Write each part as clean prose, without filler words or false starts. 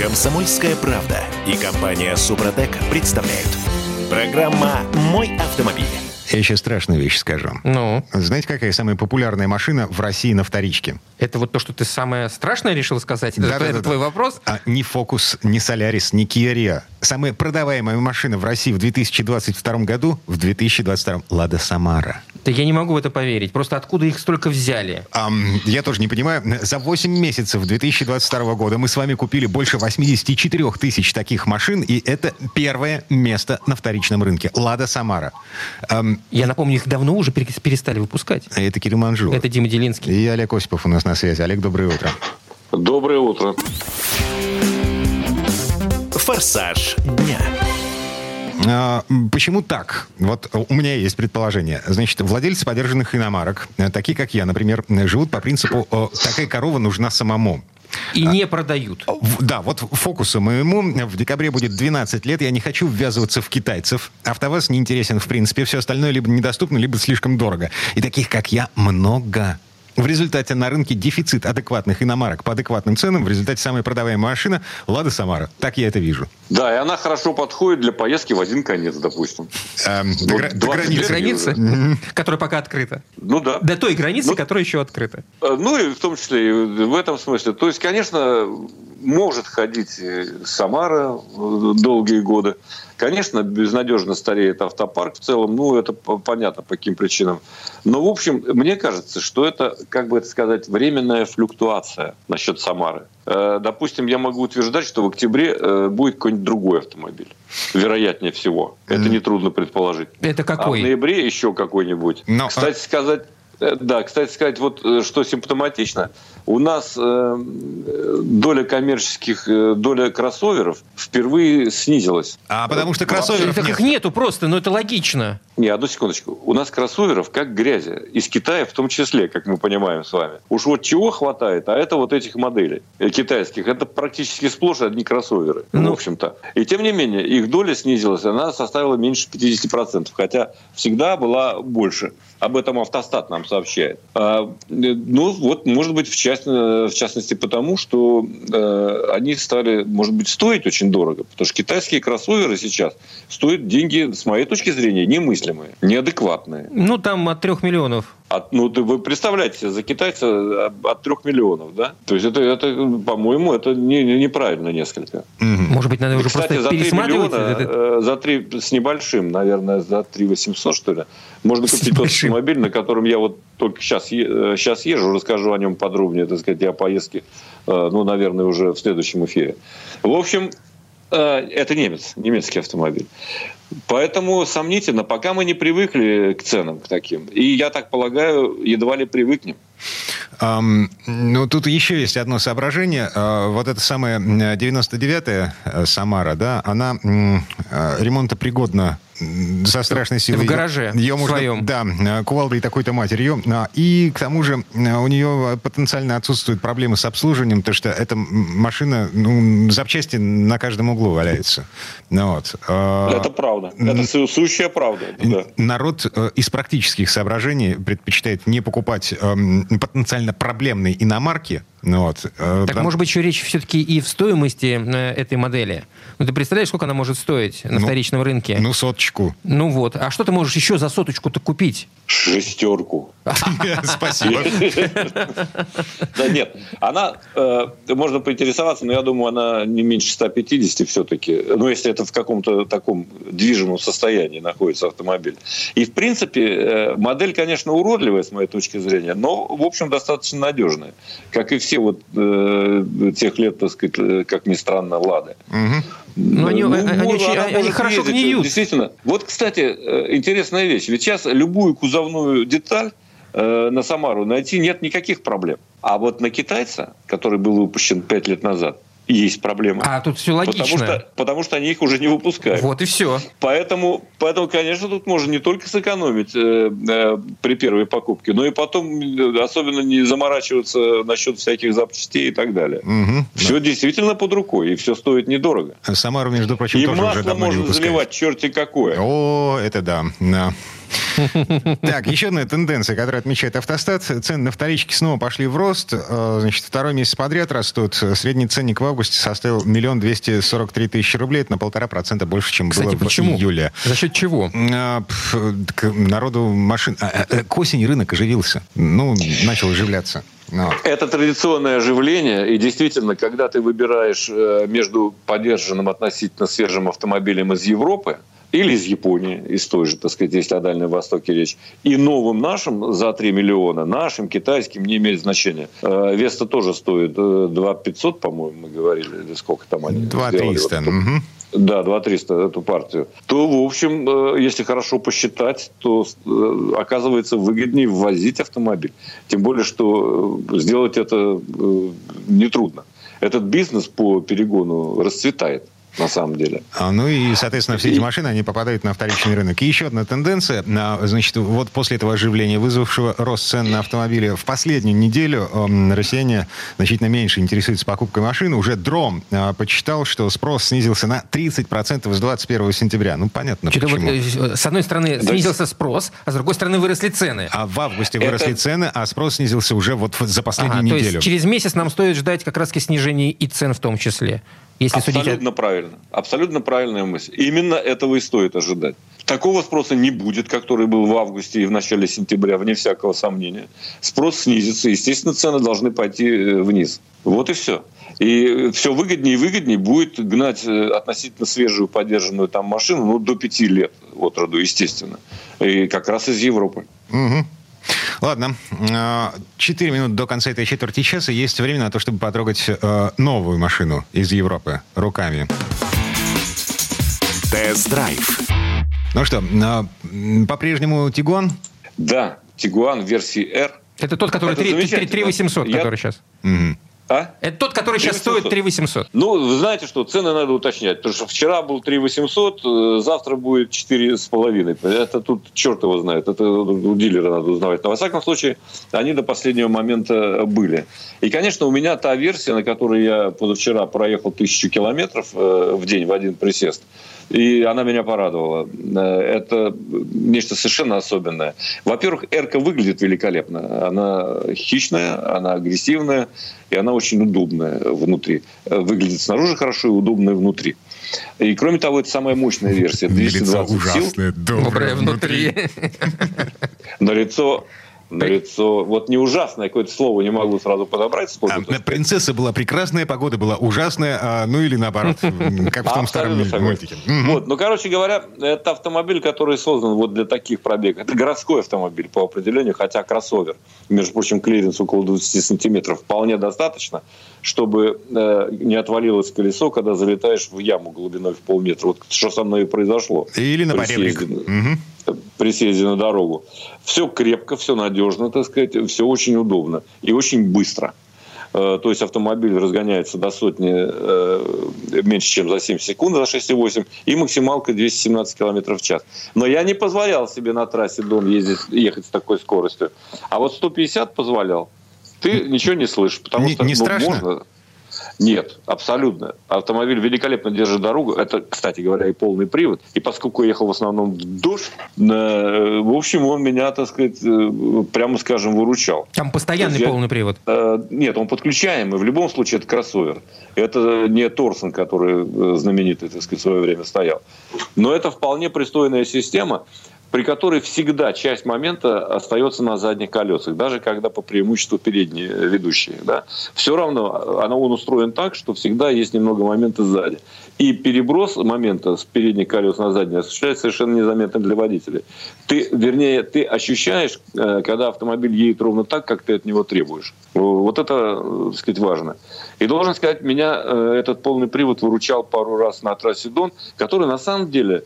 Комсомольская правда и компания «Супротек» представляют. Программа «Мой автомобиль». Я еще страшную вещь скажу. Ну? Знаете, какая самая популярная машина в России на вторичке? Это вот то, что ты самое страшное решил сказать? Это твой вопрос? Ни Focus, ни Solaris, ни Kia Rio. Самая продаваемая машина в России в 2022 году, в 2022 Лада Самара. Да я не могу в это поверить. Просто откуда их столько взяли? Я тоже не понимаю. За 8 месяцев 2022 года мы с вами купили больше 84 тысяч таких машин, и это первое место на вторичном рынке. Лада Самара. Я напомню, их давно уже перестали выпускать. Это Кирилл Манжулов. Это Дима Делинский. И Олег Осипов у нас на связи. Олег, доброе утро. Доброе утро. «Форсаж дня». Почему так? Вот у меня есть предположение. Значит, владельцы подержанных иномарок, такие как я, например, живут по принципу «такая корова нужна самому». И не продают. Да, вот Фокусу моему в декабре будет 12 лет. Я не хочу ввязываться в китайцев. АвтоВАЗ не интересен в принципе. Все остальное либо недоступно, либо слишком дорого. И таких, как я, много. В результате на рынке дефицит адекватных иномарок по адекватным ценам. В результате самая продаваемая машина Лада Самара. Так я это вижу. Да, и она хорошо подходит для поездки в один конец, допустим. До границы, которая пока открыта. Ну да. До той границы, которая еще открыта. Ну и в том числе и в этом смысле. То есть, конечно, может ходить Самара долгие годы. Конечно, безнадежно стареет автопарк в целом. Ну, это понятно, по каким причинам. Но, в общем, мне кажется, что это, как бы это сказать, временная флюктуация насчет Самары. Допустим, я могу утверждать, что в октябре будет какой-нибудь другой автомобиль. Вероятнее всего. Это нетрудно предположить. Это какой? А в ноябре еще какой-нибудь. Кстати сказать, вот что симптоматично. У нас доля кроссоверов впервые снизилась. Потому что кроссоверов так нет. Их нету просто, но это логично. Не, одну секундочку. У нас кроссоверов как грязи. Из Китая в том числе, как мы понимаем с вами. Уж вот чего хватает, а это вот этих моделей китайских. Это практически сплошь одни кроссоверы. В общем-то. И тем не менее, их доля снизилась. Она составила меньше 50%. Хотя всегда была больше. Об этом Автостат нам сообщает. Может быть, в частности потому, что они стали, может быть, стоить очень дорого. Потому что китайские кроссоверы сейчас стоят деньги, с моей точки зрения, немыслимые, неадекватные. Там от 3 миллионов. Вы представляете себе, за китайца от 3 миллионов, да? То есть, это по-моему, это неправильно несколько. Может быть, надо уже кстати, просто пересматривать? За 3 с небольшим, наверное, за 3 800, что ли, можно купить тот автомобиль, на котором я вот только сейчас езжу, расскажу о нем подробнее, так сказать, о поездке, наверное, уже в следующем эфире. В общем, это немецкий автомобиль. Поэтому сомнительно, пока мы не привыкли к ценам к таким. И, я так полагаю, едва ли привыкнем. Тут еще есть одно соображение. Вот эта самая 99-я Самара, да, она ремонтопригодна со страшной силой. В гараже своем. Да, кувалдой такой-то матерью. И к тому же у нее потенциально отсутствуют проблемы с обслуживанием, потому что эта машина, запчасти на каждом углу валяются. Это правда. Это сущая правда. Да. Народ из практических соображений предпочитает не покупать потенциально проблемные иномарки. Может быть, еще речь все-таки и в стоимости этой модели. Ты представляешь, сколько она может стоить на вторичном рынке? 100. А что ты можешь еще за 100-ку-то купить? 6. Спасибо. Да нет, она, можно поинтересоваться, но я думаю, она не меньше 150 все-таки. Если это в каком-то таком движимом состоянии находится автомобиль. И, в принципе, модель, конечно, уродливая, с моей точки зрения, но, в общем, достаточно надежная. Как и все тех лет, так сказать, как ни странно, Лады. Они хорошо гниют. Действительно. Вот, кстати, интересная вещь. Ведь сейчас любую кузовную деталь на Самару найти нет никаких проблем. А вот на китайца, который был выпущен 5 лет назад, есть проблема. Тут все логично. Потому что они их уже не выпускают. Вот и все. Поэтому, конечно, тут можно не только сэкономить при первой покупке, но и потом особенно не заморачиваться насчет всяких запчастей и так далее. Все действительно под рукой, и все стоит недорого. Самару, между прочим, и тоже уже масло давно не можно выпускают. заливать черти какое. Это да. Так, еще одна тенденция, которую отмечает «Автостат». Цены на вторички снова пошли в рост. Значит, второй месяц подряд растут. Средний ценник в августе составил 1 243 000 рублей. Это на 1,5% больше, чем было в июле. За счет чего? Народу машин... К осени рынок оживился. Начал оживляться. Это традиционное оживление, и действительно, когда ты выбираешь между подержанным относительно свежим автомобилем из Европы или из Японии, из той же, так сказать, если о Дальнем Востоке речь, и новым нашим за 3 миллиона, нашим, китайским, не имеет значения. Веста тоже стоит 2 500, по-моему, мы говорили, или сколько там они 2 300. Да, 2 300 эту партию. То, в общем, если хорошо посчитать, то оказывается выгоднее ввозить автомобиль. Тем более, что сделать это нетрудно. Этот бизнес по перегону расцветает. На самом деле. И, соответственно, все эти машины, они попадают на вторичный рынок. И еще одна тенденция, значит, вот после этого оживления, вызвавшего рост цен на автомобили, в последнюю неделю россияне значительно меньше интересуются покупкой машины. Уже Дром подсчитал, что спрос снизился на 30% с 21 сентября. Понятно, почему. С одной стороны, снизился спрос, а с другой стороны, выросли цены. А в августе выросли цены, а спрос снизился уже вот за последнюю неделю. То есть через месяц нам стоит ждать как раз снижения и цен в том числе. Если абсолютно правильно. Абсолютно правильная мысль. Именно этого и стоит ожидать. Такого спроса не будет, который был в августе и в начале сентября, вне всякого сомнения. Спрос снизится. Естественно, цены должны пойти вниз. Вот и все. И все выгоднее и выгоднее будет гнать относительно свежую подержанную там машину до 5 лет от роду, естественно. И как раз из Европы. Угу. Ладно, 4 минуты до конца этой четверти часа. Есть время на то, чтобы потрогать новую машину из Европы руками. Тест-драйв. Ну что, по-прежнему Тигуан? Да, Тигуан версии R. Это тот, который 3800, который сейчас. Угу. Это тот, который сейчас стоит 3800. Вы знаете что, цены надо уточнять. Потому что вчера был 3800, завтра будет 4,5. Это тут черт его знает. Это у дилера надо узнавать. Но, во всяком случае, они до последнего момента были. И, конечно, у меня та версия, на которой я позавчера проехал 1000 километров в день в один присест. И она меня порадовала. Это нечто совершенно особенное. Во-первых, R-ка выглядит великолепно. Она хищная, она агрессивная, и она очень удобная внутри. Выглядит снаружи хорошо и удобная внутри. И, кроме того, это самая мощная версия. 220 сил. Ужасное, доброе внутри. На лицо. Вот не ужасное, какое-то слово не могу сразу подобрать. Принцесса была прекрасная, погода была ужасная, или наоборот, как в том старом мультике. Короче говоря, это автомобиль, который создан для таких пробегов. Это городской автомобиль по определению, хотя кроссовер. Между прочим, клиренс около 20 сантиметров вполне достаточно, чтобы не отвалилось колесо, когда залетаешь в яму глубиной в полметра. Вот что со мной и произошло. Или на поребрик. При съезде на дорогу. Все крепко, все надежно, так сказать, все очень удобно и очень быстро. То есть автомобиль разгоняется до сотни меньше, чем за 7 секунд, за 6,8, и максималка 217 км в час. Но я не позволял себе на трассе Дон ехать с такой скоростью. А вот 150 позволял. Ты ничего не слышишь. Потому что не страшно? Можно... Нет, абсолютно. Автомобиль великолепно держит дорогу. Это, кстати говоря, и полный привод. И поскольку я ехал в основном в дождь, в общем, он меня, так сказать, прямо скажем, выручал. Там постоянный полный привод? Нет, он подключаемый. В любом случае, это кроссовер. Это не Торсон, который знаменитый, так сказать, в свое время стоял. Но это вполне пристойная система, при которой всегда часть момента остается на задних колесах, даже когда по преимуществу передние ведущие. Да? Все равно он устроен так, что всегда есть немного момента сзади. И переброс момента с передних колес на задние осуществляется совершенно незаметно для водителя. Ты ощущаешь, когда автомобиль едет ровно так, как ты от него требуешь. Вот это, так сказать, важно. И должен сказать, меня этот полный привод выручал пару раз на трассе Дон, который на самом деле...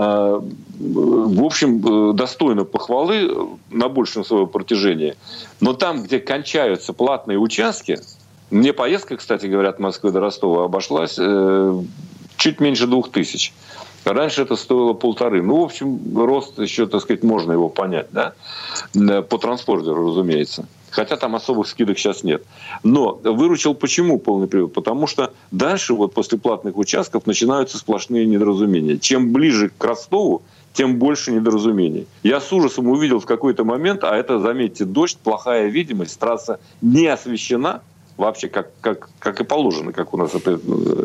в общем, достойно похвалы на большем своем протяжении. Но там, где кончаются платные участки, мне поездка, кстати говоря, от Москвы до Ростова обошлась чуть меньше 2000. Раньше это стоило 1500. В общем, рост еще, так сказать, можно его понять, да? По транспортеру, разумеется. Хотя там особых скидок сейчас нет. Но выручил почему полный привод? Потому что дальше, после платных участков, начинаются сплошные недоразумения. Чем ближе к Ростову, тем больше недоразумений. Я с ужасом увидел в какой-то момент, а это, заметьте, дождь, плохая видимость, трасса не освещена, вообще как и положено, как у нас это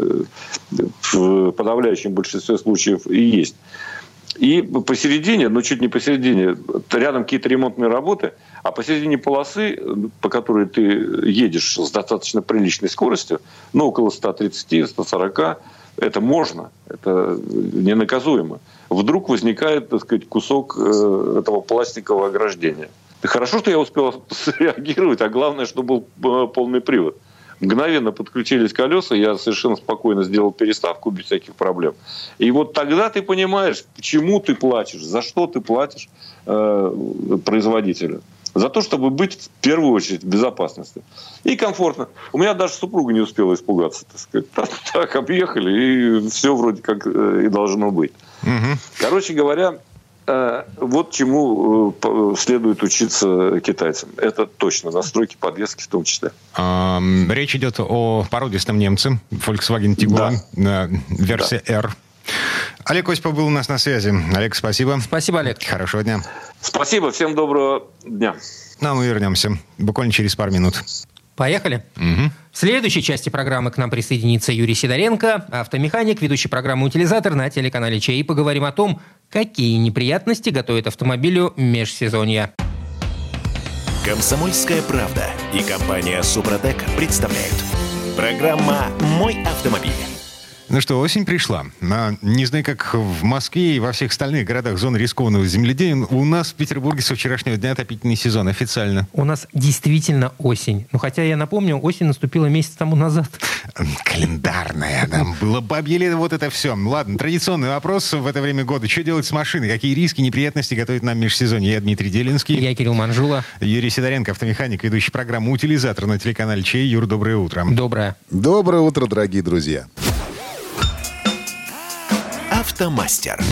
в подавляющем большинстве случаев и есть. И посередине, чуть не посередине, рядом какие-то ремонтные работы, а посередине полосы, по которой ты едешь с достаточно приличной скоростью, около 130-140, это можно, это ненаказуемо. Вдруг возникает, так сказать, кусок этого пластикового ограждения. Хорошо, что я успел среагировать, а главное, что был полный привод. Мгновенно подключились колеса, я совершенно спокойно сделал переставку без всяких проблем. И вот тогда ты понимаешь, почему ты платишь, за что ты платишь производителю. За то, чтобы быть в первую очередь в безопасности. И комфортно. У меня даже супруга не успела испугаться. Так сказать. Так объехали, и все вроде как и должно быть. Угу. Короче говоря, вот чему следует учиться китайцам. Это точно, настройки подвески в том числе. Речь идет о породистом немце, Volkswagen Tiguan, да. Версия R. Олег Осипов был у нас на связи. Олег, спасибо. Спасибо, Олег. Хорошего дня. Спасибо, всем доброго дня. Ну, мы вернемся буквально через пару минут. Поехали. Угу. В следующей части программы к нам присоединится Юрий Сидоренко, автомеханик, ведущий программы «Утилизатор» на телеканале ЧАИ. И поговорим о том, какие неприятности готовят автомобилю межсезонье. «Комсомольская правда» и компания «Супротек» представляют. Программа «Мой автомобиль». Ну что, осень пришла. Не знаю, как в Москве и во всех остальных городах зоны рискованного земледелия, у нас в Петербурге со вчерашнего дня отопительный сезон официально. У нас действительно осень. Хотя, я напомню, осень наступила месяц тому назад. Календарная. Там было бабье лето, вот это все. Ладно, традиционный вопрос в это время года. Что делать с машиной? Какие риски, неприятности готовят нам межсезонье? Я Дмитрий Делинский. Я Кирилл Манжула. Юрий Сидоренко, автомеханик, ведущий программу «Утилизатор» на телеканале ЧАИ. Юр, доброе утро. Доброе. Доброе утро, дорогие друзья. «Автомастер».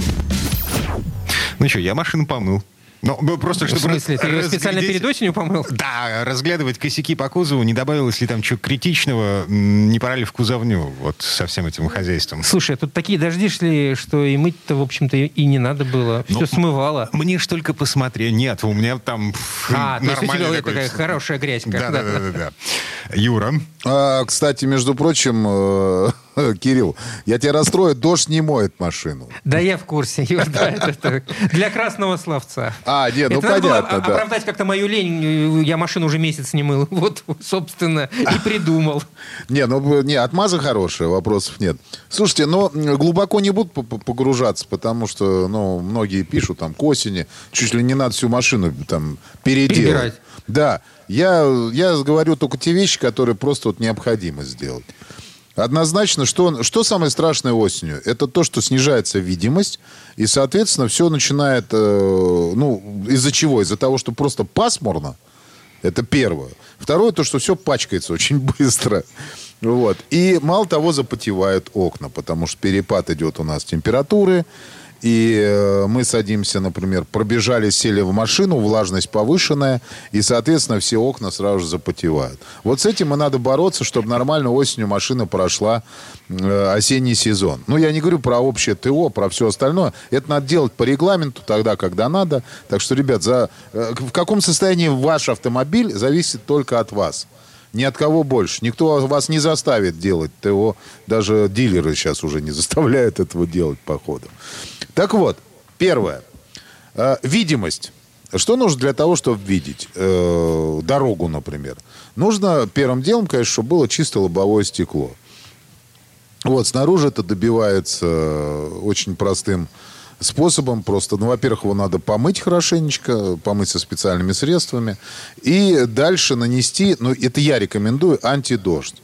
Ну что, я машину помыл. Просто чтобы... В смысле? Ты ее специально перед осенью помыл? Да, разглядывать косяки по кузову, не добавилось ли там чего критичного, не пора ли в кузовню вот со всем этим хозяйством. Слушай, тут такие дожди шли, что и мыть-то, в общем-то, и не надо было. Все смывало. Мне ж только посмотри. Нет, у меня там то есть у тебя такой... такая хорошая грязь. Да. Юра. Кстати, между прочим, Кирилл, я тебя расстрою, дождь не моет машину. Да, я в курсе, Юр, это для красного словца. Нет, это понятно, надо было да. оправдать как-то мою лень, я машину уже месяц не мыл. Вот, собственно, и придумал. Отмаза хорошая, вопросов нет. Слушайте, глубоко не буду погружаться, потому что, многие пишут там к осени, чуть ли не надо всю машину там переделать. Да, я говорю только те вещи, которые просто необходимо сделать. Однозначно, что самое страшное осенью? Это то, что снижается видимость, и, соответственно, все начинает... из-за чего? Из-за того, что просто пасмурно. Это первое. Второе, то, что все пачкается очень быстро. Вот. И, мало того, запотевают окна, потому что перепад идет у нас температуры, и мы садимся, например, пробежали, сели в машину, влажность повышенная, и, соответственно, все окна сразу же запотевают. Вот с этим и надо бороться, чтобы нормально осенью машина прошла осенний сезон. Я не говорю про общее ТО, про все остальное. Это надо делать по регламенту тогда, когда надо. Так что, ребят, в каком состоянии ваш автомобиль зависит только от вас. Ни от кого больше. Никто вас не заставит делать ТО. Даже дилеры сейчас уже не заставляют этого делать, походу. Так вот, первое. Видимость. Что нужно для того, чтобы видеть дорогу, например? Нужно первым делом, конечно, чтобы было чистое лобовое стекло. Вот, снаружи это добивается очень простым способом. Просто, во-первых, его надо помыть хорошенечко, помыть со специальными средствами. И дальше нанести, это я рекомендую, антидождь.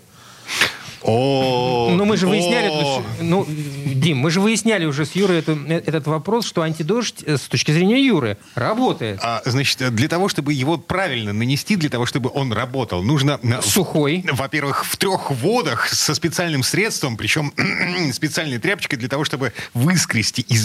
Мы же выясняли, Дим, мы же выясняли уже с Юрой этот вопрос, что антидождь с точки зрения Юры работает. Значит, для того, чтобы его правильно нанести, для того, чтобы он работал, нужно... Сухой. Во-первых, в 3 водах со специальным средством, причем специальной тряпочкой для того, чтобы выскрести из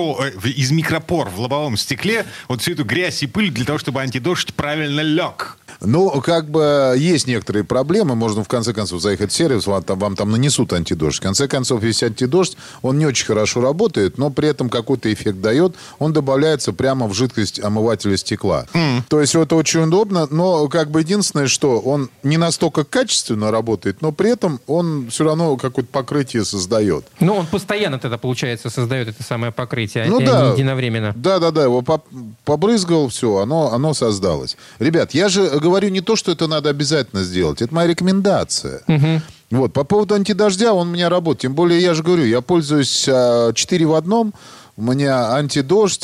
микропор в лобовом стекле вот всю эту грязь и пыль, для того, чтобы антидождь правильно лег. Ну, как бы есть некоторые проблемы. Можно, в конце концов, заехать в сервис, вам там нанесут антидождь. В конце концов, есть антидождь, он не очень хорошо работает, но при этом какой-то эффект дает. Он добавляется прямо в жидкость омывателя стекла. То есть это очень удобно, но как бы единственное, что он не настолько качественно работает, но при этом он все равно какое-то покрытие создает. Ну, он постоянно тогда, получается, создает это самое покрытие, ну, а да. не единовременно. Да, его побрызгал, все, оно создалось. Ребят, я же говорю не то, что это надо обязательно сделать. Это моя рекомендация. Вот, по поводу антидождя, он у меня работает. Тем более, я же говорю, я пользуюсь 4 в одном. У меня антидождь,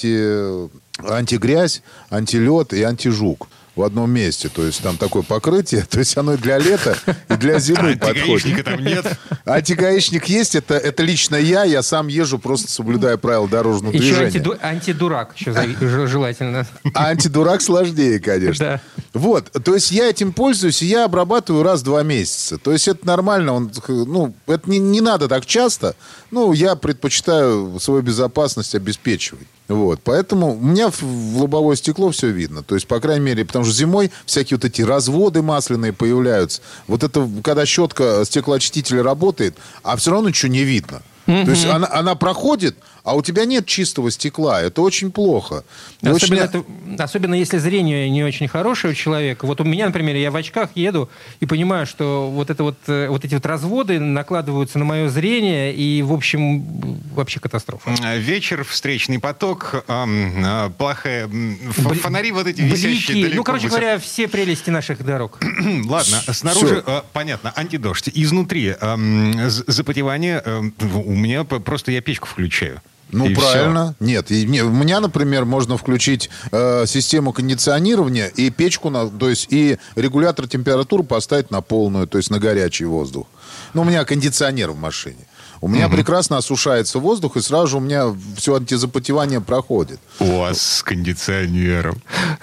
антигрязь, антилед и антижук в одном месте. То есть там такое покрытие. То есть оно и для лета, и для зимы подходит. Антигаишника там нет? Антигаишник есть. Это лично я. Я сам езжу, просто соблюдая правила дорожного движения. Еще антидурак еще желательно. Антидурак сложнее, конечно. Да. Вот. То есть я этим пользуюсь, и я обрабатываю раз в 2 месяца. То есть это нормально. Это не надо так часто. Я предпочитаю свою безопасность обеспечивать. Вот. Поэтому у меня в лобовое стекло все видно. То есть, по крайней мере, потому что зимой всякие вот эти разводы масляные появляются. Вот это, когда щетка стеклоочистителя работает, а все равно ничего не видно. То есть она проходит, а у тебя нет чистого стекла. Это очень плохо. Особенно если зрение не очень хорошее у человека. Вот у меня, например, я в очках еду и понимаю, что вот эти разводы накладываются на мое зрение, и, в общем, вообще катастрофа. Вечер, встречный поток, плохая... Фонари вот эти висящие далеко. Короче говоря, все прелести наших дорог. Ладно, снаружи, понятно, антидождь. Изнутри запотевание... У меня просто я печку включаю. Ну, правильно. Все. Нет, у меня, например, можно включить систему кондиционирования и печку, то есть и регулятор температуры поставить на полную, то есть на горячий воздух. У меня кондиционер в машине. У меня прекрасно осушается воздух, и сразу же у меня все антизапотевание проходит. У вас с кондиционером.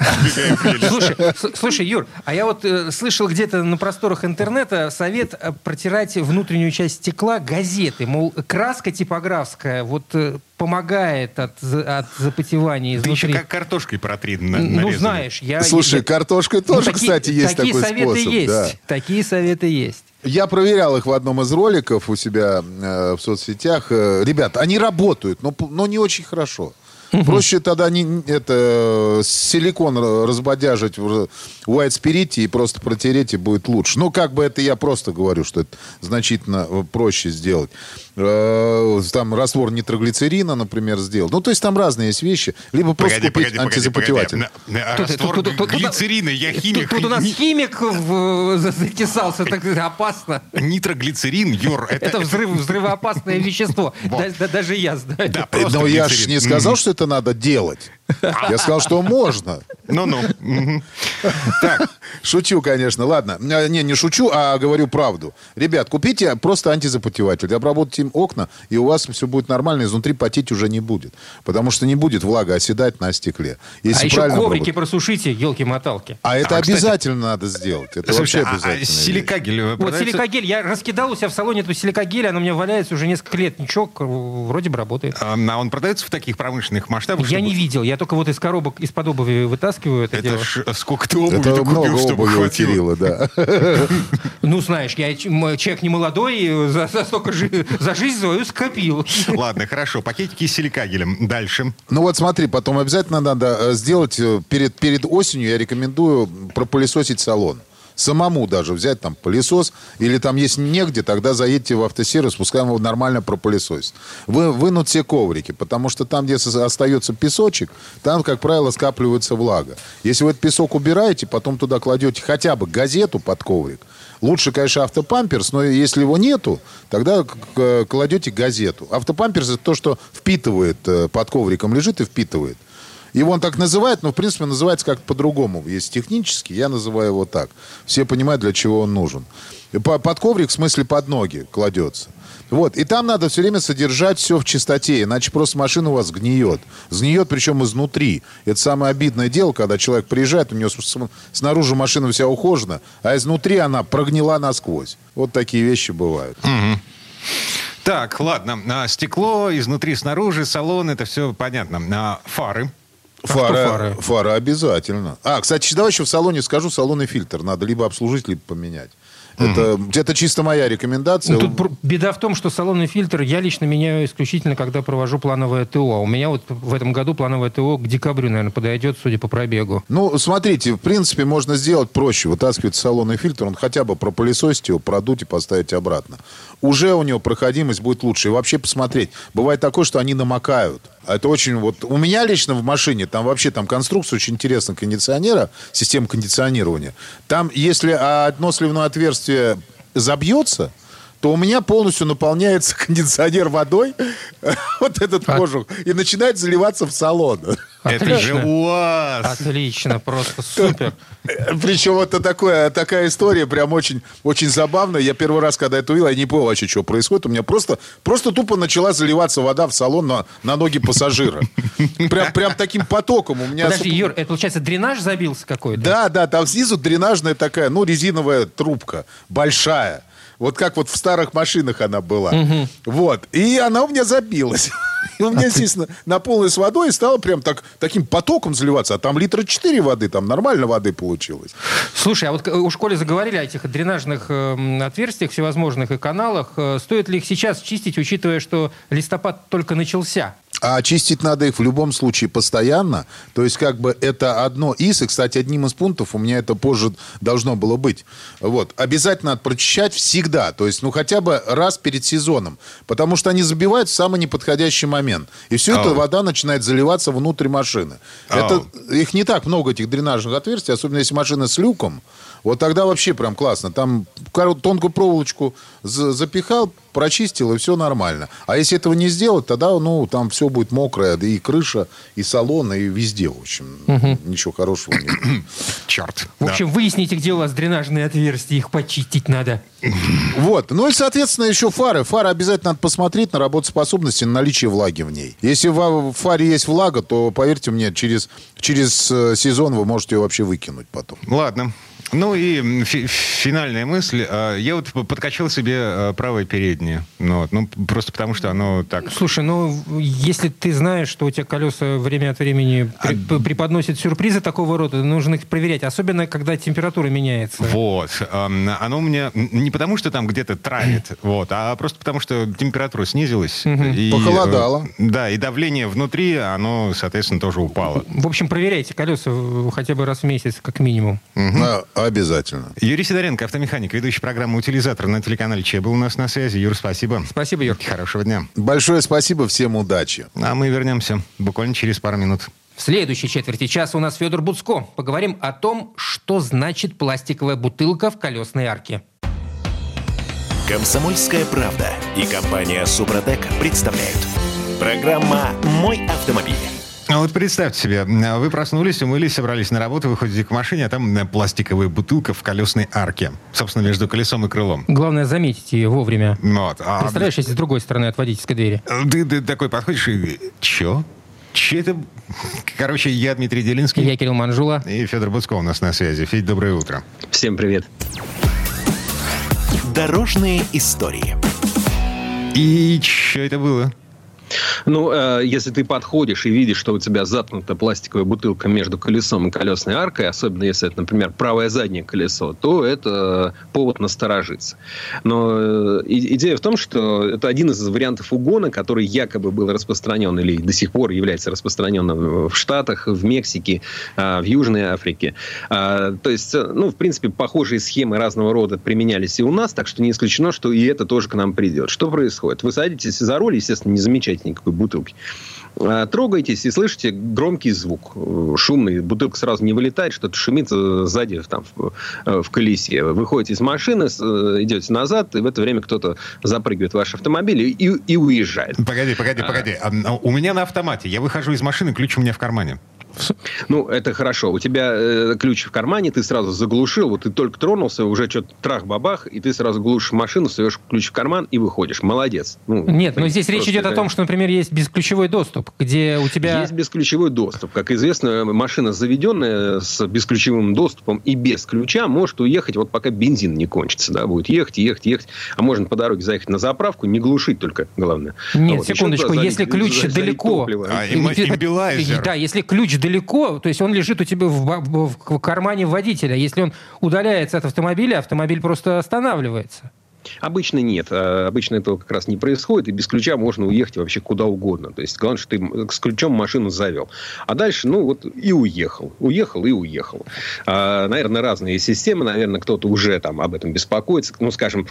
Слушай, Юр, а я вот слышал где-то на просторах интернета совет протирать внутреннюю часть стекла газеты. Мол, краска типографская вот помогает от запотевания изнутри. Ты еще как картошкой протри нарезанной. знаешь, Слушай, картошкой тоже, кстати, есть такой способ. Такие советы есть. Я проверял их в одном из роликов у себя в соцсетях. Ребят, они работают, но не очень хорошо. Проще тогда силикон разбодяжить в white спирите и просто протереть, и будет лучше. Это я просто говорю, что это значительно проще сделать. Там раствор нитроглицерина, например, сделать. То есть там разные есть вещи. Либо просто купить антизапотеватель. Раствор глицерина, я химик. Тут у нас химик затесался, так опасно. Нитроглицерин, Юр, это взрывоопасное вещество. Даже я знаю. Но я же не сказал, что это надо делать. Я сказал, что можно. Так, шучу, конечно. Ладно, не шучу, а говорю правду. Ребят, купите просто антизапотеватель, обработайте им окна, и у вас все будет нормально, изнутри потеть уже не будет. Потому что не будет влага оседать на стекле. Если еще коврики просушите, елки-моталки. А это обязательно надо сделать. Это вообще обязательно. Силикагель. Вот силикагель. Я раскидал у себя в салоне эту силикагель, она у меня валяется уже несколько лет. Ничего, вроде бы работает. А он продается в таких промышленных масштабах? Я не видел. Я только вот из коробок, из-под обуви вытаскиваю это дело. Сколько ты обуви это много купил, чтобы обуви у Кирилла, да. Знаешь, я человек не молодой, за жизнь свою скопил. Ладно, хорошо. Пакетики с силикагелем. Дальше. Смотри, потом обязательно надо сделать перед осенью, я рекомендую пропылесосить салон. Самому даже взять там пылесос, или там есть негде, тогда заедьте в автосервис, пускай его нормально пропылесосит. Вынуть все коврики, потому что там, где остается песочек, там, как правило, скапливается влага. Если вы этот песок убираете, потом туда кладете хотя бы газету под коврик, лучше, конечно, автопамперс, но если его нету, тогда кладете газету. Автопамперс — это то, что впитывает, под ковриком лежит и впитывает. Его он так называет, но, в принципе, называется как-то по-другому. Есть технически, я называю его так. Все понимают, для чего он нужен. Под коврик, в смысле, под ноги кладется. Вот. И там надо все время содержать все в чистоте, иначе просто машина у вас гниет. Сгниет, причем изнутри. Это самое обидное дело, когда человек приезжает, у него снаружи машина вся ухожена, а изнутри она прогнила насквозь. Вот такие вещи бывают. Угу. Так, ладно. Стекло, изнутри, снаружи, салон, это все понятно. Фары. Фара обязательно. Кстати, давай еще в салоне скажу, салонный фильтр надо либо обслужить, либо поменять. Это чисто моя рекомендация. Тут беда в том, что салонный фильтр я лично меняю исключительно, когда провожу плановое ТО. У меня вот в этом году плановое ТО к декабрю, наверное, подойдет, судя по пробегу. Смотрите, в принципе, можно сделать проще. Вытаскивать салонный фильтр, он хотя бы пропылесосить его, продуть и поставить обратно. Уже у него проходимость будет лучше. И вообще посмотреть. Бывает такое, что они намокают. Это очень у меня лично в машине, там вообще конструкция очень интересная кондиционера, система кондиционирования. Там, если одно сливное отверстие забьется, то у меня полностью наполняется кондиционер водой, вот этот кожух, и начинает заливаться в салон. Это же УАЗ! Отлично, просто супер. Причем это такая история прям очень, очень забавная. Я первый раз, когда это увидел, я не понял вообще, что происходит. У меня просто тупо начала заливаться вода в салон на ноги пассажира. Прям таким потоком. У меня Подожди, Юр, это получается дренаж забился какой-то? Да, там снизу дренажная такая, резиновая трубка, большая. Вот как вот в старых машинах она была. Вот. И она у меня забилась. И у меня, естественно, наполнилась водой и стало прям таким потоком заливаться. А там литра 4 воды, там нормально воды получилось. Слушай, а вот у школе заговорили о этих дренажных отверстиях всевозможных и каналах. Стоит ли их сейчас чистить, учитывая, что листопад только начался? А чистить надо их в любом случае постоянно. То есть это одно из. И, кстати, одним из пунктов у меня это позже должно было быть. Вот. Обязательно надо прочищать всегда. То есть, хотя бы раз перед сезоном. Потому что они забивают в самый неподходящий момент. И все это вода начинает заливаться внутрь машины. Их не так много, этих дренажных отверстий. Особенно если машина с люком. Вот тогда вообще прям классно. Там тонкую проволочку запихал, прочистил, и все нормально. А если этого не сделать, тогда, там все будет мокрое. И крыша, и салон, и везде, в общем. Ничего хорошего не будет. Черт. В общем, выясните, где у вас дренажные отверстия, их почистить надо. Вот. И, соответственно, еще фары. Фары обязательно надо посмотреть на работоспособность и на наличие влаги в ней. Если в фаре есть влага, то, поверьте мне, через сезон вы можете ее вообще выкинуть потом. Ладно. И финальная мысль. Я вот подкачал себе правое переднее. Просто потому, что оно так... Слушай, если ты знаешь, что у тебя колеса время от времени преподносят сюрпризы такого рода, нужно их проверять. Особенно, когда температура меняется. Вот. Оно у меня не потому, что там где-то травит, а просто потому, что температура снизилась. И, похолодало. Да, и давление внутри, оно, соответственно, тоже упало. В общем, проверяйте колеса хотя бы раз в месяц, как минимум. Обязательно. Юрий Сидоренко, автомеханик, ведущий программы «Утилизатор» на телеканале ЧЕ был у нас на связи. Юр, спасибо. Спасибо, Юр. Хорошего дня. Большое спасибо, всем удачи. А мы вернемся буквально через пару минут. В следующей четверти часа у нас Федор Буцко. Поговорим о том, что значит пластиковая бутылка в колесной арке. «Комсомольская правда» и компания «Супротек» представляют. Программа «Мой автомобиль». А вот представьте себе, вы проснулись, умылись, собрались на работу, выходите к машине, а там пластиковая бутылка в колесной арке. Собственно, между колесом и крылом. Главное, заметить ее вовремя. Вот. Представляешь, если с другой стороны от водительской двери. Ты такой подходишь и... Че это? Короче, я Дмитрий Делинский. Я Кирилл Манжула. И Федор Буцко у нас на связи. Федь, доброе утро. Всем привет. Дорожные истории. И что это было? Если ты подходишь и видишь, что у тебя заткнута пластиковая бутылка между колесом и колесной аркой, особенно если это, например, правое заднее колесо, то это повод насторожиться. Но идея в том, что это один из вариантов угона, который якобы был распространен или до сих пор является распространенным в Штатах, в Мексике, в Южной Африке. То есть, в принципе, похожие схемы разного рода применялись и у нас, так что не исключено, что и это тоже к нам придет. Что происходит? Вы садитесь за руль, естественно, не замечаете никакой бутылки. Трогаетесь и слышите громкий звук. Шумный. Бутылка сразу не вылетает, что-то шумит сзади в колесе. Выходите из машины, идете назад, и в это время кто-то запрыгивает в ваш автомобиль и уезжает. Погоди. У меня на автомате. Я выхожу из машины, ключ у меня в кармане. Это хорошо. У тебя ключ в кармане, ты сразу заглушил, ты только тронулся, уже что-то трах-бабах, и ты сразу глушишь машину, суешь ключ в карман и выходишь. Молодец. Нет, но здесь речь идет о том, что, например, есть бесключевой доступ, где у тебя... Есть бесключевой доступ. Как известно, машина, заведенная с бесключевым доступом и без ключа, может уехать, пока бензин не кончится. Да? Будет ехать. А можно по дороге заехать на заправку, не глушить только, главное. Нет, секундочку. Если ключ далеко... Имбилайзер. Да, если ключ далеко, то есть он лежит у тебя в кармане водителя. Если он удаляется от автомобиля, автомобиль просто останавливается. Обычно нет. Обычно этого как раз не происходит. И без ключа можно уехать вообще куда угодно. То есть, главное, что ты с ключом машину завел. А дальше, и уехал. Уехал и уехал. Наверное, разные системы. Наверное, кто-то уже там об этом беспокоится. Скажем,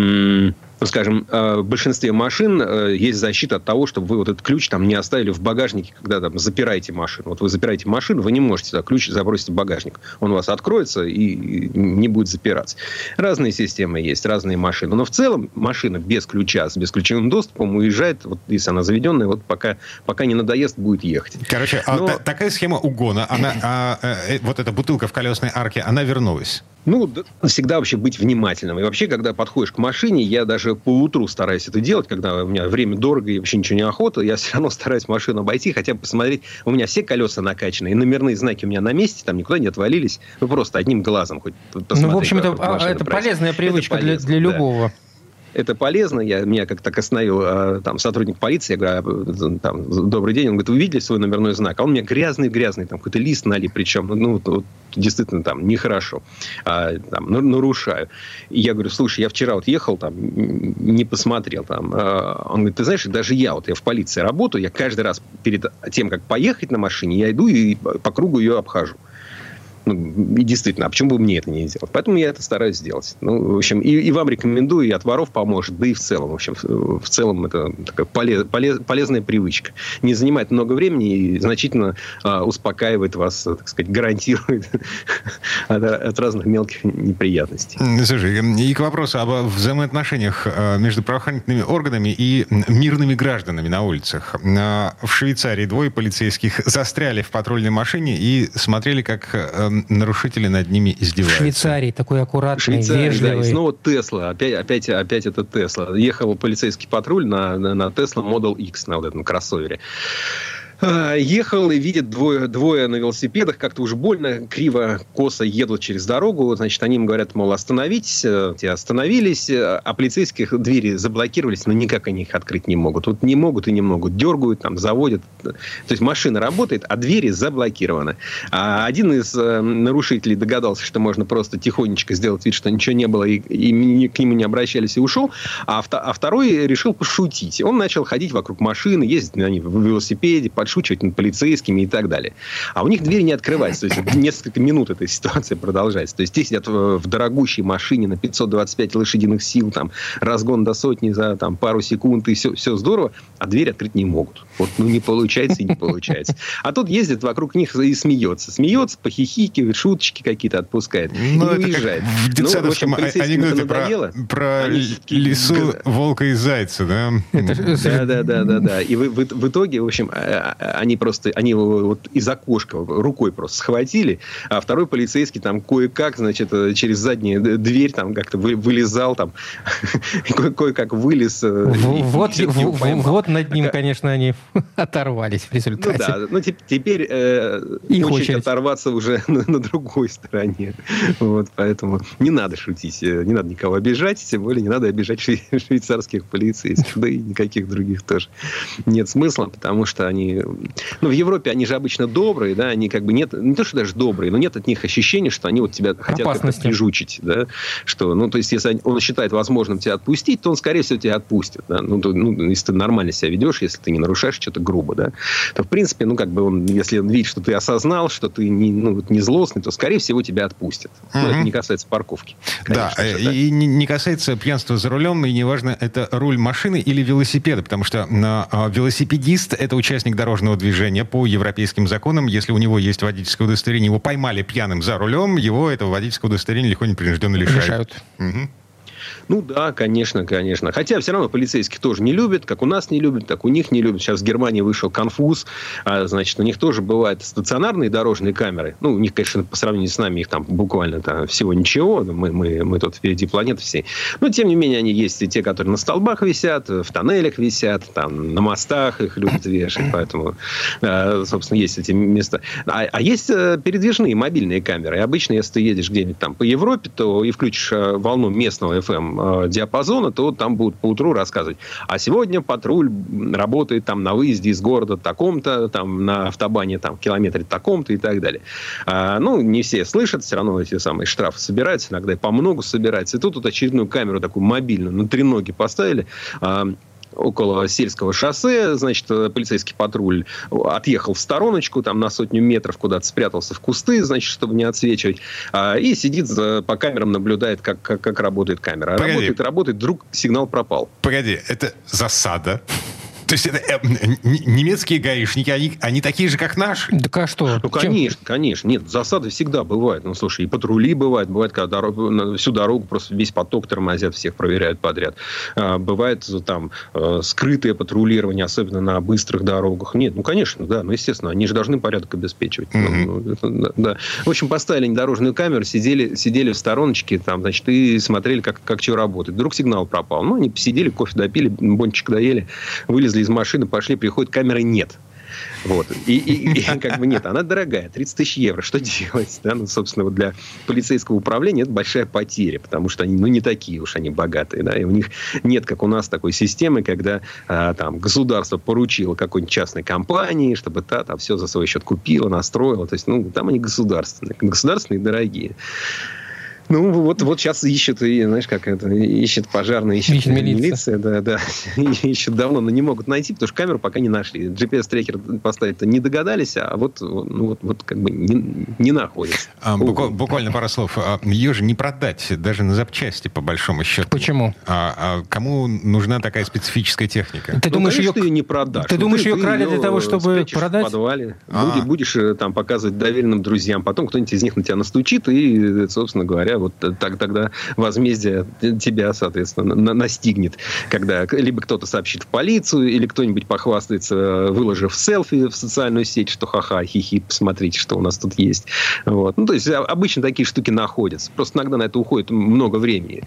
в большинстве машин есть защита от того, чтобы вы вот этот ключ там не оставили в багажнике, когда там запираете машину. Вот вы запираете машину, вы не можете туда ключ забросить в багажник. Он у вас откроется и не будет запираться. Разные системы есть, разные машины. Но в целом машина без ключа, с бесключевым доступом уезжает, вот если она заведенная, вот пока не надоест, будет ехать. Короче, такая схема угона, вот эта бутылка в колесной арке, она вернулась? Всегда вообще быть внимательным. И вообще, когда подходишь к машине, я даже поутру стараюсь это делать, когда у меня время дорого и вообще ничего не охота, я все равно стараюсь машину обойти, хотя бы посмотреть. У меня все колеса накачаны, и номерные знаки у меня на месте, там никуда не отвалились. Просто одним глазом хоть посмотреть. В общем, это полезная привычка для любого. Да. Это полезно. Меня как-то так остановил сотрудник полиции. Я говорю, добрый день. Он говорит, вы видели свой номерной знак? А он у меня грязный, там какой-то лист налип, причем, действительно, там, нехорошо. Нарушаю. И я говорю, слушай, я вчера ехал, не посмотрел. Он говорит, ты знаешь, даже я в полиции работаю, я каждый раз перед тем, как поехать на машине, я иду и по кругу ее обхожу. И действительно, а почему бы мне это не сделать? Поэтому я это стараюсь сделать. В общем, и вам рекомендую, и от воров поможет, да и в целом. В целом это такая полезная привычка. Не занимает много времени и значительно успокаивает вас, так сказать, гарантирует от разных мелких неприятностей. Слушай, и к вопросу об взаимоотношениях между правоохранительными органами и мирными гражданами на улицах. В Швейцарии 2 полицейских застряли в патрульной машине и смотрели, как нарушители над ними издеваются. В Швейцарии такой аккуратный, вежливый. Да, и снова Тесла. Опять это Тесла. Ехал полицейский патруль на Тесла Model X, на вот этом кроссовере. Ехал и видит двое на велосипедах, как-то уж больно, криво, косо едут через дорогу. Значит, они им говорят, мол, остановитесь. Те остановились, а полицейских двери заблокировались, но никак они их открыть не могут. Вот не могут и не могут. Дергают, заводят. То есть машина работает, а двери заблокированы. А один из нарушителей догадался, что можно просто тихонечко сделать вид, что ничего не было, и к нему не обращались, и ушел. А второй решил пошутить. Он начал ходить вокруг машины, ездить на ней в велосипеде, подшучивать над полицейскими и так далее. А у них двери не открываются. То есть несколько минут эта ситуация продолжается. То есть те сидят в дорогущей машине на 525 лошадиных сил, разгон до сотни за пару секунд, и все здорово, а дверь открыть не могут. Не получается и не получается. А тут ездит вокруг них и смеется. Смеется, похихикивает, шуточки какие-то отпускает. И не уезжает. В детсадовском анекдоте про лису, волка и зайца, да? Да. И в итоге, в общем, они из окошка рукой просто схватили, а второй полицейский кое-как, значит, через заднюю дверь как-то вылезал, кое-как вылез. Вот над ним, конечно, они оторвались в результате. Теперь очередь оторваться уже на другой стороне. Поэтому не надо шутить, не надо никого обижать, тем более не надо обижать швейцарских полицейских, да и никаких других тоже нет смысла, потому что они... в Европе они же обычно добрые, да, они нет, не то, что даже добрые, но нет от них ощущения, что они тебя хотят как-то прижучить, да, что, то есть, если он считает возможным тебя отпустить, то он, скорее всего, тебя отпустит, да, если ты нормально себя ведешь, если ты не нарушаешь что-то грубо, да, то, в принципе, если он видит, что ты осознал, что ты не злостный, то, скорее всего, тебя отпустят. Это не касается парковки. Конечно, да, и не касается пьянства за рулем, и неважно, это руль машины или велосипеда, потому что велосипедист — это участник дорожного движения по европейским законам. Если у него есть водительское удостоверение, его поймали пьяным за рулем, его этого водительского удостоверения легко непринужденно лишают. Да, конечно. Хотя все равно полицейских тоже не любят, как у нас не любят, так у них не любят. Сейчас в Германии вышел конфуз. Значит, у них тоже бывают стационарные дорожные камеры. У них, конечно, по сравнению с нами, их буквально всего ничего. Мы тут впереди планеты всей. Но, тем не менее, они есть и те, которые на столбах висят, в тоннелях висят, на мостах их любят вешать. Поэтому, собственно, есть эти места. А есть передвижные мобильные камеры. И обычно, если ты едешь где-нибудь по Европе, то и включишь волну местного FM, там диапазона, то там будут поутру рассказывать. А сегодня патруль работает там на выезде из города таком-то, там на автобане там в километре таком-то и так далее. Не все слышат, все равно эти самые штрафы собираются, иногда и по многу собираются. И тут вот очередную камеру такую мобильную на треноге поставили, около сельского шоссе, значит, полицейский патруль отъехал в стороночку, там, на 100 метров куда-то спрятался в кусты, значит, чтобы не отсвечивать, и сидит по камерам, наблюдает, как работает камера. Работает, вдруг сигнал пропал. Погоди, это засада? То есть это немецкие гаишники, они такие же, как наши? Да, а что? Конечно. Нет, засады всегда бывают. слушай, и патрули бывают, когда всю дорогу просто весь поток тормозят, всех проверяют подряд. Бывает там скрытое патрулирование, особенно на быстрых дорогах. Нет, конечно, да, естественно, они же должны порядок обеспечивать. Да. В общем, поставили они дорожную камеру, сидели в стороночке, там, значит, и смотрели, как что работает. Вдруг сигнал пропал. Они посидели, кофе допили, бончик доели, вылезли из машины, пошли, приходит, камеры нет. Вот. И как бы нет, она дорогая, 30 тысяч евро. Что делать? Да? Собственно, для полицейского управления это большая потеря, потому что они, не такие уж они богатые. Да? И у них нет, как у нас, такой системы, когда там государство поручило какой-нибудь частной компании, чтобы та там все за свой счет купила, настроила. То есть, там они государственные дорогие. Вот сейчас ищут, знаешь, как это, ищет пожарные, ищет милиция, да, ищут давно, но не могут найти, потому что камеру пока не нашли. GPS-трекер поставить-то не догадались, а вот как бы не находится. Буквально пару слов. Ее же не продать, даже на запчасти, по большому счету. Почему? Кому нужна такая специфическая техника? Ты думаешь, конечно, ты ее не продашь. Ты думаешь, ее крали для того, чтобы продать? В подвале. Будешь там показывать доверенным друзьям, потом кто-нибудь из них на тебя настучит, и, собственно говоря, вот тогда возмездие тебя, соответственно, настигнет, когда либо кто-то сообщит в полицию, или кто-нибудь похвастается, выложив селфи в социальную сеть, что ха-ха, хи-хи, посмотрите, что у нас тут есть. Вот. То есть обычно такие штуки находятся. Просто иногда на это уходит много времени.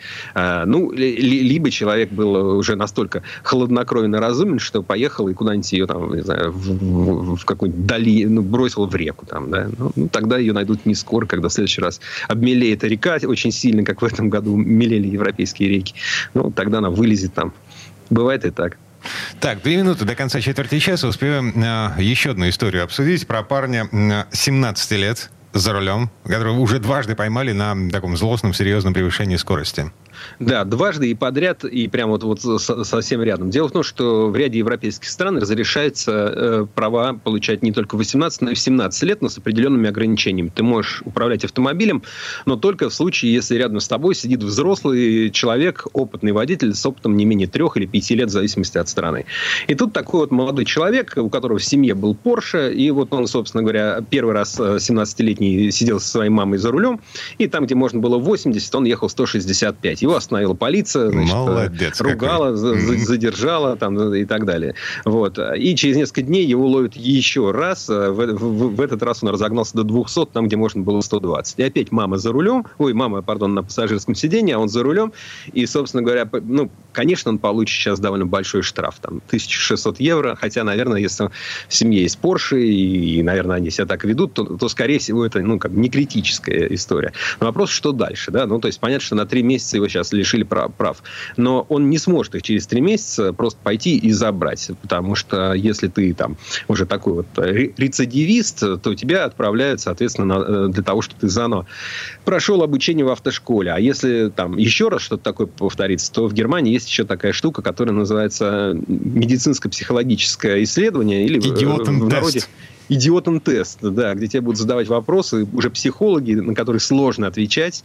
Либо человек был уже настолько хладнокровен и разумен, что поехал и куда-нибудь ее там, не знаю, в какой-нибудь дали, бросил в реку. Там, да? Тогда ее найдут не скоро, когда в следующий раз обмелеет река очень сильно, как в этом году мелели европейские реки. Тогда она вылезет там. Бывает и так. Так, 2 минуты до конца четверти часа. Успеем еще одну историю обсудить про парня 17 лет за рулем, которого уже дважды поймали на таком злостном, серьезном превышении скорости. Да, дважды и подряд, и прямо вот совсем рядом. Дело в том, что в ряде европейских стран разрешается права получать не только в 18, но и в 17 лет, но с определенными ограничениями. Ты можешь управлять автомобилем, но только в случае, если рядом с тобой сидит взрослый человек, опытный водитель с опытом не менее 3 или 5 лет, в зависимости от страны. И тут такой вот молодой человек, у которого в семье был Porsche, и вот он, собственно говоря, первый раз 17-летний сидел со своей мамой за рулем, и там, где можно было 80, он ехал 165. Его остановила полиция, значит, ругала, задержала там, и так далее. Вот. И через несколько дней его ловят еще раз. В этот раз он разогнался до 200, там, где можно было 120. И опять мама за рулем. Мама на пассажирском сиденье, а он за рулем. И, собственно говоря, конечно, он получит сейчас довольно большой штраф. Там, 1600 евро. Хотя, наверное, если в семье есть Porsche, и, наверное, они себя так ведут, то скорее всего, это не критическая история. Но вопрос, что дальше? Да? То есть, понятно, что на 3 месяца его сейчас лишили прав. Но он не сможет их через 3 месяца просто пойти и забрать. Потому что если ты там уже такой вот рецидивист, то тебя отправляют, соответственно, для того, чтобы ты заново прошел обучение в автошколе. А если там еще раз что-то такое повторится, то в Германии есть еще такая штука, которая называется медицинско-психологическое исследование. Или в народе идиотен-тест, да, где тебе будут задавать вопросы уже психологи, на которые сложно отвечать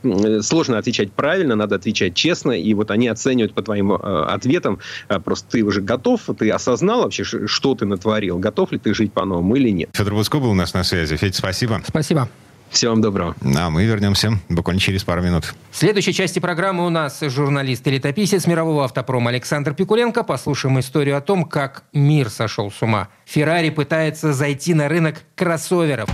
правильно, надо отвечать честно, и вот они оценивают по твоим ответам, просто ты уже готов, ты осознал вообще, что ты натворил, готов ли ты жить по-новому или нет. Федор Буцко был у нас на связи. Федь, спасибо. Спасибо. Всего вам доброго. А мы вернемся буквально через пару минут. В следующей части программы у нас журналист и летописец мирового автопрома Александр Пикуленко. Послушаем историю о том, как мир сошел с ума. Феррари пытается зайти на рынок кроссоверов.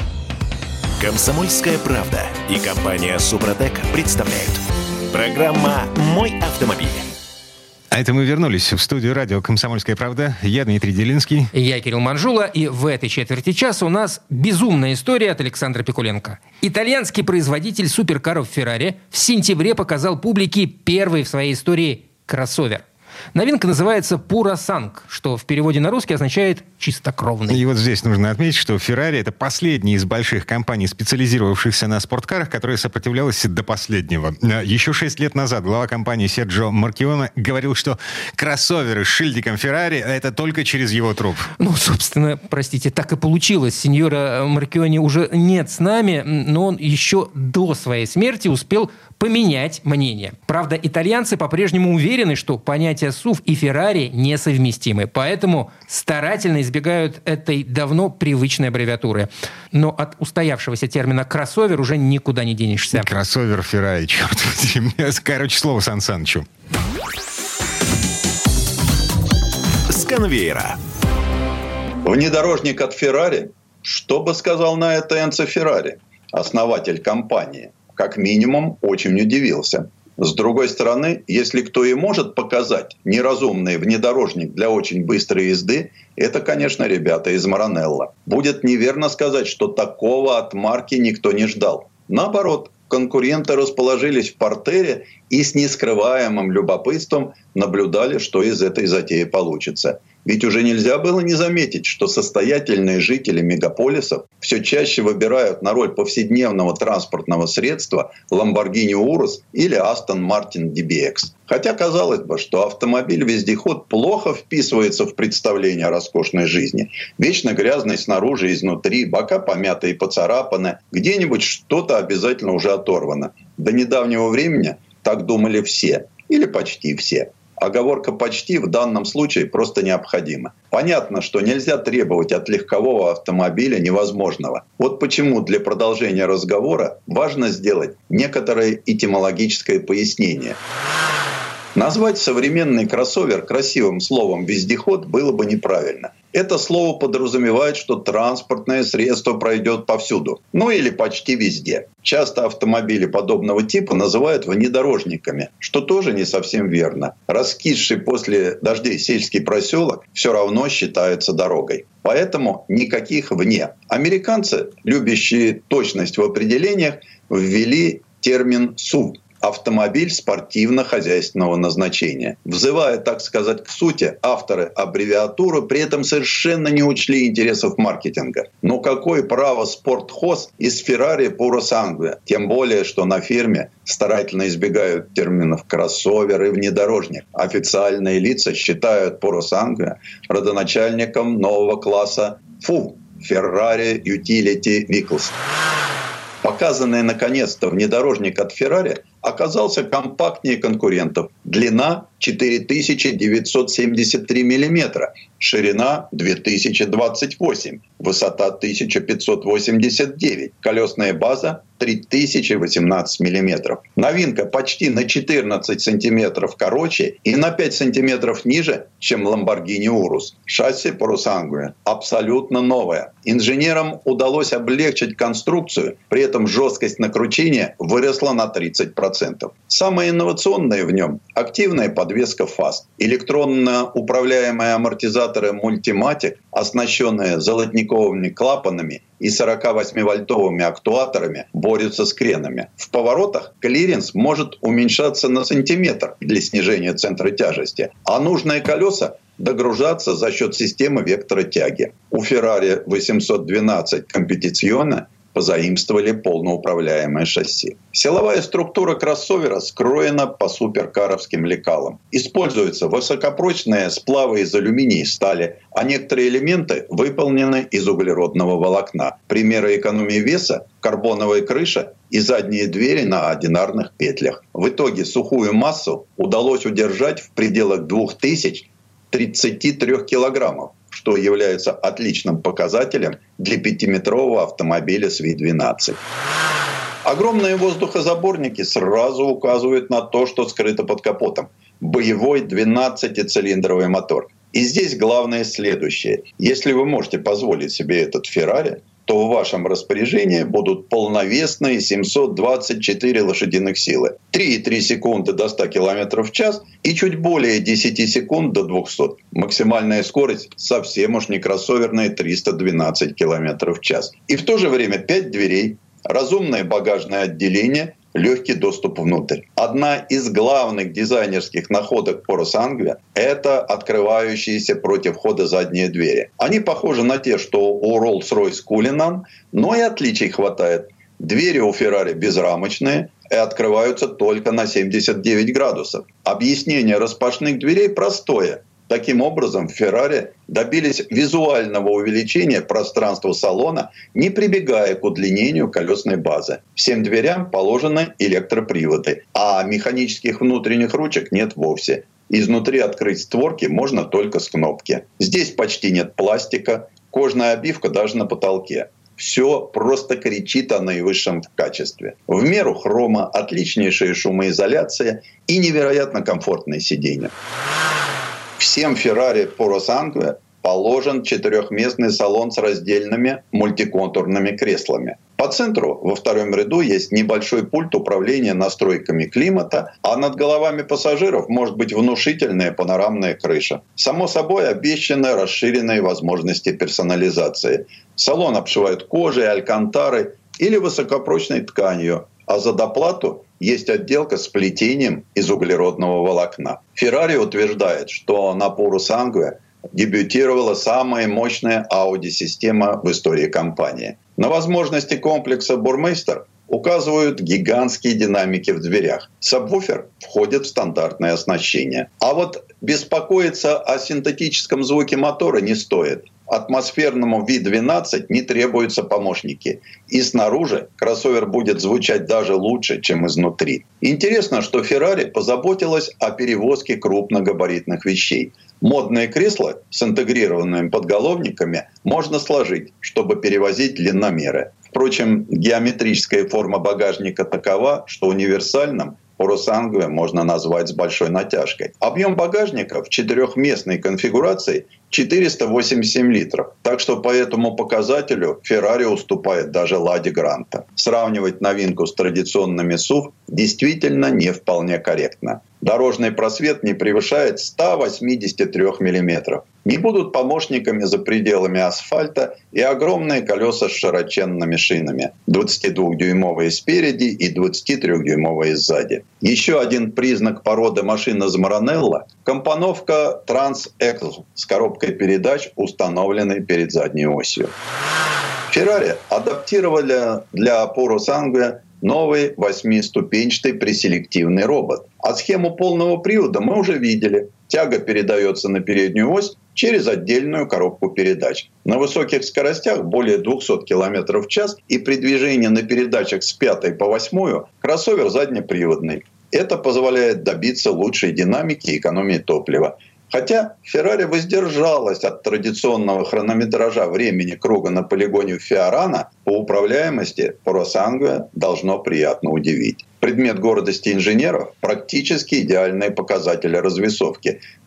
«Комсомольская правда» и компания «Супротек» представляют. Программа «Мой автомобиль». А это мы вернулись в студию радио «Комсомольская правда». Я Дмитрий Делинский. Я Кирилл Манжула. И в этой четверти часа у нас безумная история от Александра Пикуленко. Итальянский производитель суперкаров Ferrari в сентябре показал публике первый в своей истории кроссовер. Новинка называется Purosangue, что в переводе на русский означает «чистокровный». И вот здесь нужно отметить, что Ferrari — это последняя из больших компаний, специализировавшихся на спорткарах, которая сопротивлялась до последнего. Еще 6 лет назад глава компании Серджио Маркионе говорил, что кроссоверы с шильдиком Ferrari — это только через его труп. Ну, собственно, простите, так и получилось. Сеньора Маркионе уже нет с нами, но он еще до своей смерти успел поменять мнение. Правда, итальянцы по-прежнему уверены, что понятия SUV и Ferrari несовместимы, поэтому старательно избегают этой давно привычной аббревиатуры. Но от устоявшегося термина «кроссовер» уже никуда не денешься. Кроссовер Ferrari, черт возьми. Короче, слово Сан Санычу. С конвейера. Внедорожник от Ferrari? Что бы сказал на это Энцо Феррари, основатель компании? Как минимум, очень удивился. С другой стороны, если кто и может показать неразумный внедорожник для очень быстрой езды, это, конечно, ребята из Маранелло. Будет неверно сказать, что такого от марки никто не ждал. Наоборот, конкуренты расположились в партере и с нескрываемым любопытством наблюдали, что из этой затеи получится. Ведь уже нельзя было не заметить, что состоятельные жители мегаполисов все чаще выбирают на роль повседневного транспортного средства Lamborghini Urus или Aston Martin DBX. Хотя казалось бы, что автомобиль-вездеход плохо вписывается в представление о роскошной жизни. Вечно грязный снаружи и изнутри, бока помяты и поцарапаны, где-нибудь что-то обязательно уже оторвано. До недавнего времени так думали все, или почти все. Оговорка «почти» в данном случае просто необходима. Понятно, что нельзя требовать от легкового автомобиля невозможного. Вот почему для продолжения разговора важно сделать некоторое этимологическое пояснение. Назвать современный кроссовер красивым словом «вездеход» было бы неправильно. Это слово подразумевает, что транспортное средство пройдет повсюду. Ну или почти везде. Часто автомобили подобного типа называют внедорожниками, что тоже не совсем верно. Раскисший после дождей сельский проселок все равно считается дорогой. Поэтому никаких «вне». Американцы, любящие точность в определениях, ввели термин «SUV». Автомобиль спортивно-хозяйственного назначения. Взывая, так сказать, к сути, авторы аббревиатуры при этом совершенно не учли интересов маркетинга. Но какое право спортхоз из Ferrari Purosangue? Тем более, что на фирме старательно избегают терминов кроссовер и внедорожник. Официальные лица считают Purosangue родоначальником нового класса FUV – Ferrari Utility Vehicles. Показанный наконец-то внедорожник от Ferrari оказался компактнее конкурентов. Длина 4973 мм, ширина 2028, высота 1589, колесная база 3018 мм. Новинка почти на 14 сантиметров короче и на 5 сантиметров ниже, чем Lamborghini Urus. Шасси Purosangue абсолютно новое. Инженерам удалось облегчить конструкцию, при этом жесткость накручения выросла на 30%. Самое инновационное в нем – активная подвеска FAST. Электронно управляемые амортизаторы Multimatic, оснащенные золотниковыми клапанами и 48-вольтовыми актуаторами, борются с кренами. В поворотах клиренс может уменьшаться на сантиметр для снижения центра тяжести, а нужные колеса догружаться за счет системы вектора тяги. У Ferrari 812 Competizione позаимствовали полноуправляемое шасси. Силовая структура кроссовера скроена по суперкаровским лекалам. Используются высокопрочные сплавы из алюминия и стали, а некоторые элементы выполнены из углеродного волокна. Примеры экономии веса – карбоновая крыша и задние двери на одинарных петлях. В итоге сухую массу удалось удержать в пределах 2033 килограммов, что является отличным показателем для 5-метрового автомобиля с V12. Огромные воздухозаборники сразу указывают на то, что скрыто под капотом. Боевой 12-цилиндровый мотор. И здесь главное следующее. Если вы можете позволить себе этот Ferrari, то в вашем распоряжении будут полновесные 724 лошадиных силы, 3,3 секунды до 100 км в час и чуть более 10 секунд до 200. Максимальная скорость совсем уж не кроссоверная 312 км в час. И в то же время 5 дверей, разумное багажное отделение, легкий доступ внутрь. Одна из главных дизайнерских находок Purosangue – это открывающиеся против входа задние двери. Они похожи на те, что у Rolls-Royce Cullinan, но и отличий хватает. Двери у Ferrari безрамочные и открываются только на 79 градусов. Объяснение распашных дверей простое. Таким образом, в Ferrari добились визуального увеличения пространства салона, не прибегая к удлинению колесной базы. Всем дверям положены электроприводы, а механических внутренних ручек нет вовсе. Изнутри открыть створки можно только с кнопки. Здесь почти нет пластика, кожная обивка даже на потолке. Все просто кричит о наивысшем качестве. В меру хрома, отличнейшая шумоизоляция и невероятно комфортные сиденья. Всем Ferrari Purosangue положен четырехместный салон с раздельными мультиконтурными креслами. По центру во втором ряду есть небольшой пульт управления настройками климата, а над головами пассажиров может быть внушительная панорамная крыша. Само собой, обещаны расширенные возможности персонализации. Салон обшивают кожей, алькантарой или высокопрочной тканью, а за доплату есть отделка с плетением из углеродного волокна. Ferrari утверждает, что на Purosangue дебютировала самая мощная Audi-система в истории компании. На возможности комплекса Burmeister указывают гигантские динамики в дверях. Сабвуфер входит в стандартное оснащение. А вот беспокоиться о синтетическом звуке мотора не стоит. Атмосферному V12 не требуются помощники. И снаружи кроссовер будет звучать даже лучше, чем изнутри. Интересно, что Ferrari позаботилась о перевозке крупногабаритных вещей. Модные кресла с интегрированными подголовниками можно сложить, чтобы перевозить длинномеры. Впрочем, геометрическая форма багажника такова, что универсальным Purosangue можно назвать с большой натяжкой. Объем багажника в четырехместной конфигурации 487 литров. Так что по этому показателю Ferrari уступает даже Ладе Гранта. Сравнивать новинку с традиционными SUV действительно не вполне корректно. Дорожный просвет не превышает 183 мм. Не будут помощниками за пределами асфальта и огромные колеса с широченными шинами. 22-дюймовые спереди и 23-дюймовые сзади. Еще один признак породы машин из Маранелло – компоновка Trans-X с коробкой передач, установленной перед задней осью. Ferrari адаптировали для Purosangue новый 8-ступенчатый преселективный робот. А схему полного привода мы уже видели. Тяга передается на переднюю ось через отдельную коробку передач. На высоких скоростях более 200 км в час и при движении на передачах с 5 по 8 кроссовер заднеприводный. Это позволяет добиться лучшей динамики и экономии топлива. Хотя Ferrari воздержалась от традиционного хронометража времени круга на полигоне Фиорано, по управляемости Purosangue должно приятно удивить. Предмет гордости инженеров – практически идеальные показатели развесовки –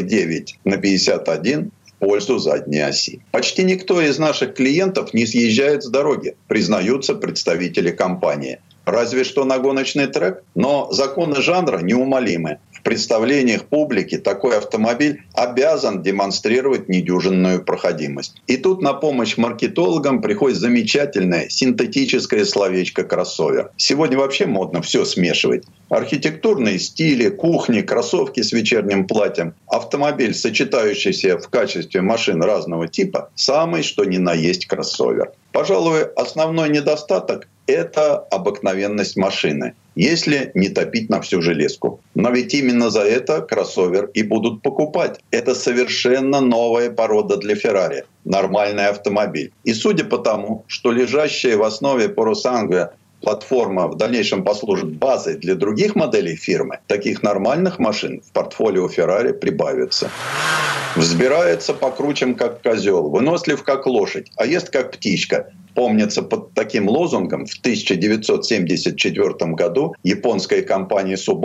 49/51 в пользу задней оси. Почти никто из наших клиентов не съезжает с дороги, признаются представители компании. Разве что на гоночный трек, но законы жанра неумолимы. В представлениях публики такой автомобиль обязан демонстрировать недюжинную проходимость. И тут на помощь маркетологам приходит замечательное синтетическое словечко «кроссовер». Сегодня вообще модно все смешивать. Архитектурные стили, кухни, кроссовки с вечерним платьем. Автомобиль, сочетающийся в качестве машин разного типа, самый что ни на есть кроссовер. Пожалуй, основной недостаток – это обыкновенность машины, если не топить на всю железку. Но ведь именно за это кроссовер и будут покупать. Это совершенно новая порода для Ferrari. Нормальный автомобиль. И судя по тому, что лежащая в основе Purosangue платформа в дальнейшем послужит базой для других моделей фирмы, таких нормальных машин в портфолио Ferrari прибавится. Взбирается по кручам, как козел, вынослив, как лошадь, а ест, как птичка. Помнится, под таким лозунгом в 1974 году японская компания Subaru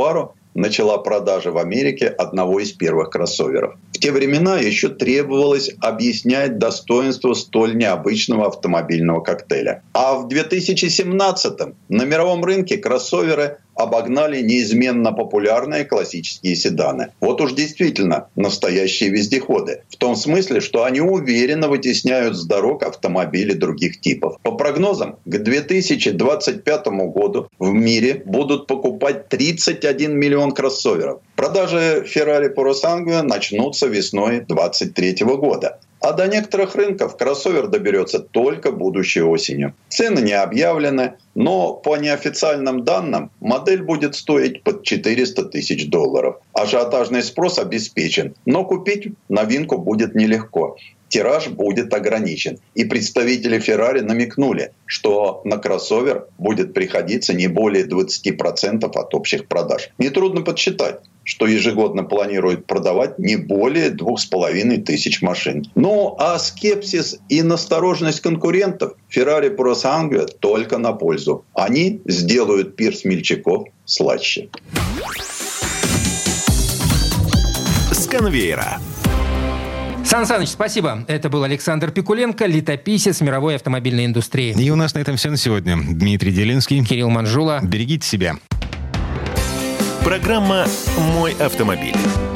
начала продажи в Америке одного из первых кроссоверов. В те времена еще требовалось объяснять достоинство столь необычного автомобильного коктейля. А в 2017-м на мировом рынке кроссоверы обогнали неизменно популярные классические седаны. Вот уж действительно настоящие вездеходы. В том смысле, что они уверенно вытесняют с дорог автомобили других типов. По прогнозам, к 2025 году в мире будут покупать 31 миллион кроссоверов. Продажи Ferrari Purosangue начнутся весной 2023 года. А до некоторых рынков кроссовер доберется только будущей осенью. Цены не объявлены, но по неофициальным данным модель будет стоить под $400 тысяч. Ажиотажный спрос обеспечен, но купить новинку будет нелегко. Тираж будет ограничен. И представители Ferrari намекнули, что на кроссовер будет приходиться не более 20% от общих продаж. Нетрудно подсчитать, что ежегодно планируют продавать не более 2500 машин. Ну а скепсис и настороженность конкурентов Ferrari Purosangue только на пользу. Они сделают пир смельчаков слаще. С конвейера. Сан Саныч, спасибо. Это был Александр Пикуленко, летописец мировой автомобильной индустрии. И у нас на этом все на сегодня. Дмитрий Делинский. Кирилл Манжула. Берегите себя. Программа «Мой автомобиль».